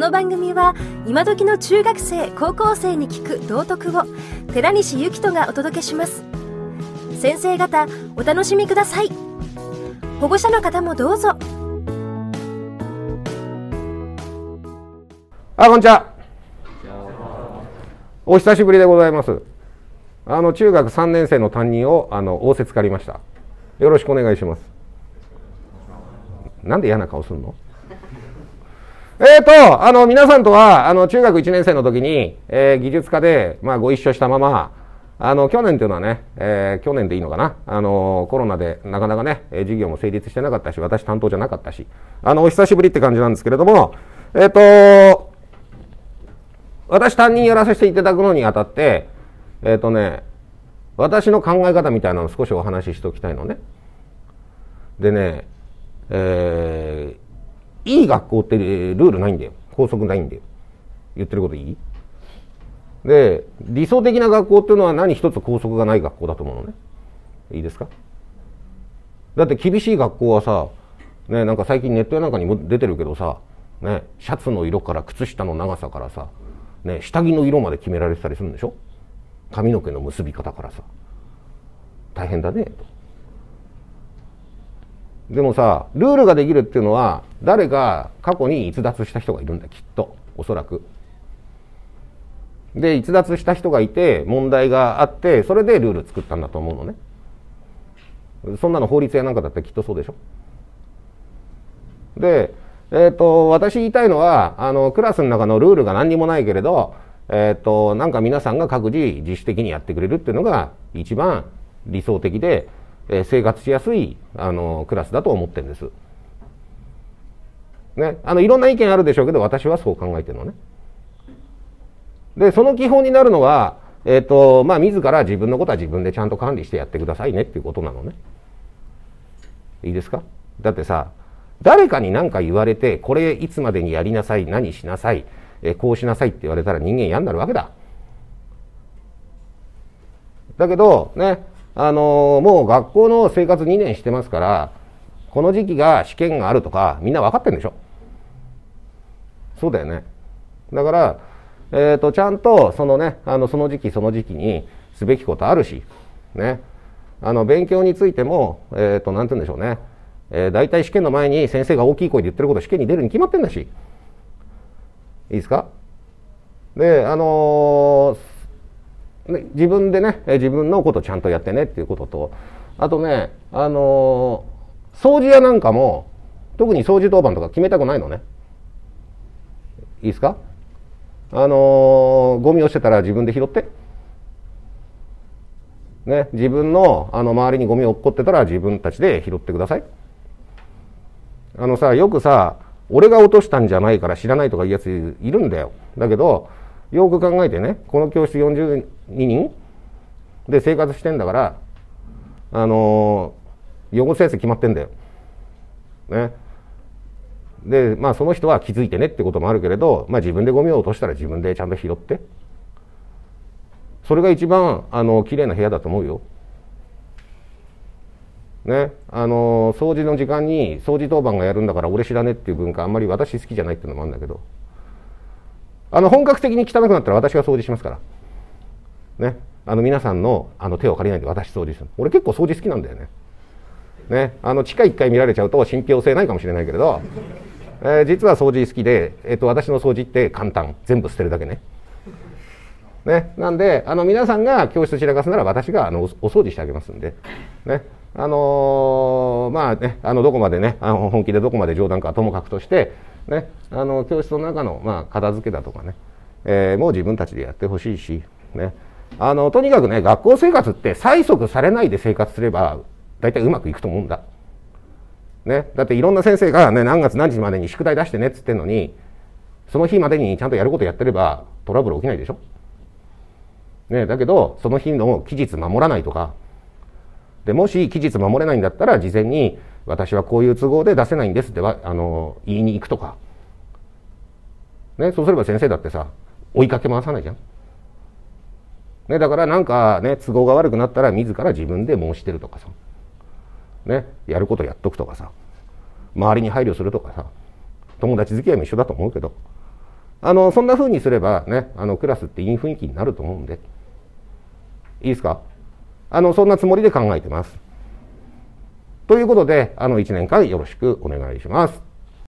の番組は今時の中学生高校生に聞く道徳を寺西幸人がお届けします。先生方お楽しみください。保護者の方もどうぞ。 こんにちは。お久しぶりでございます。中学3年生の担任を仰せつかりました。よろしくお願いします。なんで嫌な顔するの？皆さんとは中学1年生の時に、技術科で、ご一緒したまま去年というのはね、去年でいいのかな、コロナでなかなかね授業も成立してなかったし、私担当じゃなかったし、お久しぶりって感じなんですけれども、私担任やらせていただくのにあたって私の考え方みたいなのを少しお話ししておきたいのね。でね、いい学校ってルールないんだよ。校則ないんだよ。言ってることいい？で、理想的な学校っていうのは何一つ校則がない学校だと思うのね。いいですか？だって厳しい学校はさ、ね、なんか最近ネットやなんかにも出てるけどさ、ね、シャツの色から靴下の長さからさ、ね、下着の色まで決められてたりするんでしょ？髪の毛の結び方からさ。大変だねと。でもさ、ルールができるっていうのは誰か過去に逸脱した人がいるんだ、きっと。おそらく。で、逸脱した人がいて問題があって、それでルール作ったんだと思うのね。そんなの法律やなんかだったらきっとそうでしょ。で、私言いたいのはクラスの中のルールが何にもないけれど、なんか皆さんが各自自主的にやってくれるっていうのが一番理想的で、生活しやすいクラスだと思ってるんです。ね、いろんな意見あるでしょうけど、私はそう考えてるのね。で、その基本になるのは、自ら自分のことは自分でちゃんと管理してやってくださいねっていうことなのね。いいですか？だってさ、誰かに何か言われて、これいつまでにやりなさい、何しなさい、こうしなさいって言われたら人間嫌になるわけだ。だけどね、もう学校の生活2年してますから、この時期が試験があるとかみんな分かってるんでしょ。そうだよね。だからちゃんとそのね、その時期その時期にすべきことあるしね、勉強についてもなんて言うんでしょうね、大体試験の前に先生が大きい声で言ってること試験に出るに決まってんだし、いいですか？で自分でね、自分のことをちゃんとやってねっていうことと、あとね、掃除やなんかも特に掃除当番とか決めたくないのね。いいですか？ゴミをしてたら自分で拾ってね、自分の周りにゴミ落っこってたら自分たちで拾ってください。よくさ、俺が落としたんじゃないから知らないとかいうやついるんだよ。だけどよく考えてね、この教室42人で生活してんだから、汚すやつ決まってんだよ。ね。で、その人は気づいてねってこともあるけれど、自分でゴミを落としたら自分でちゃんと拾って。それが一番綺麗な部屋だと思うよ。ね。掃除の時間に掃除当番がやるんだから俺知らねっていう文化あんまり私好きじゃないっていうのもあるんだけど、本格的に汚くなったら私が掃除しますからね。皆さんの手を借りないで私掃除する。俺結構掃除好きなんだよね。ね、地下1階見られちゃうと信憑性ないかもしれないけれど、実は掃除好きで、私の掃除って簡単、全部捨てるだけね。ね、なんで皆さんが教室散らかすなら私がお掃除してあげますんで、ね、どこまでね本気でどこまで冗談かはともかくとして、ね、教室の中の片付けだとかね、もう自分たちでやってほしいし、ね、とにかくね、学校生活って催促されないで生活すれば大体うまくいくと思うんだ。ね、だっていろんな先生がね、何月何日までに宿題出してねっつってんのに、その日までにちゃんとやることやってればトラブル起きないでしょ。ね、だけどその日の期日守らないとかで、もし期日守れないんだったら事前に私はこういう都合で出せないんですって言いに行くとか、ね、そうすれば先生だってさ追いかけ回さないじゃん。ね、だからなんかね、都合が悪くなったら自ら自分で申し出るとかさ、ね、やることやっとくとかさ、周りに配慮するとかさ、友達付き合いも一緒だと思うけど、 そんな風にすればね、クラスっていい雰囲気になると思うんで。いいですか？そんなつもりで考えてます。ということで、1年間よろしくお願いします。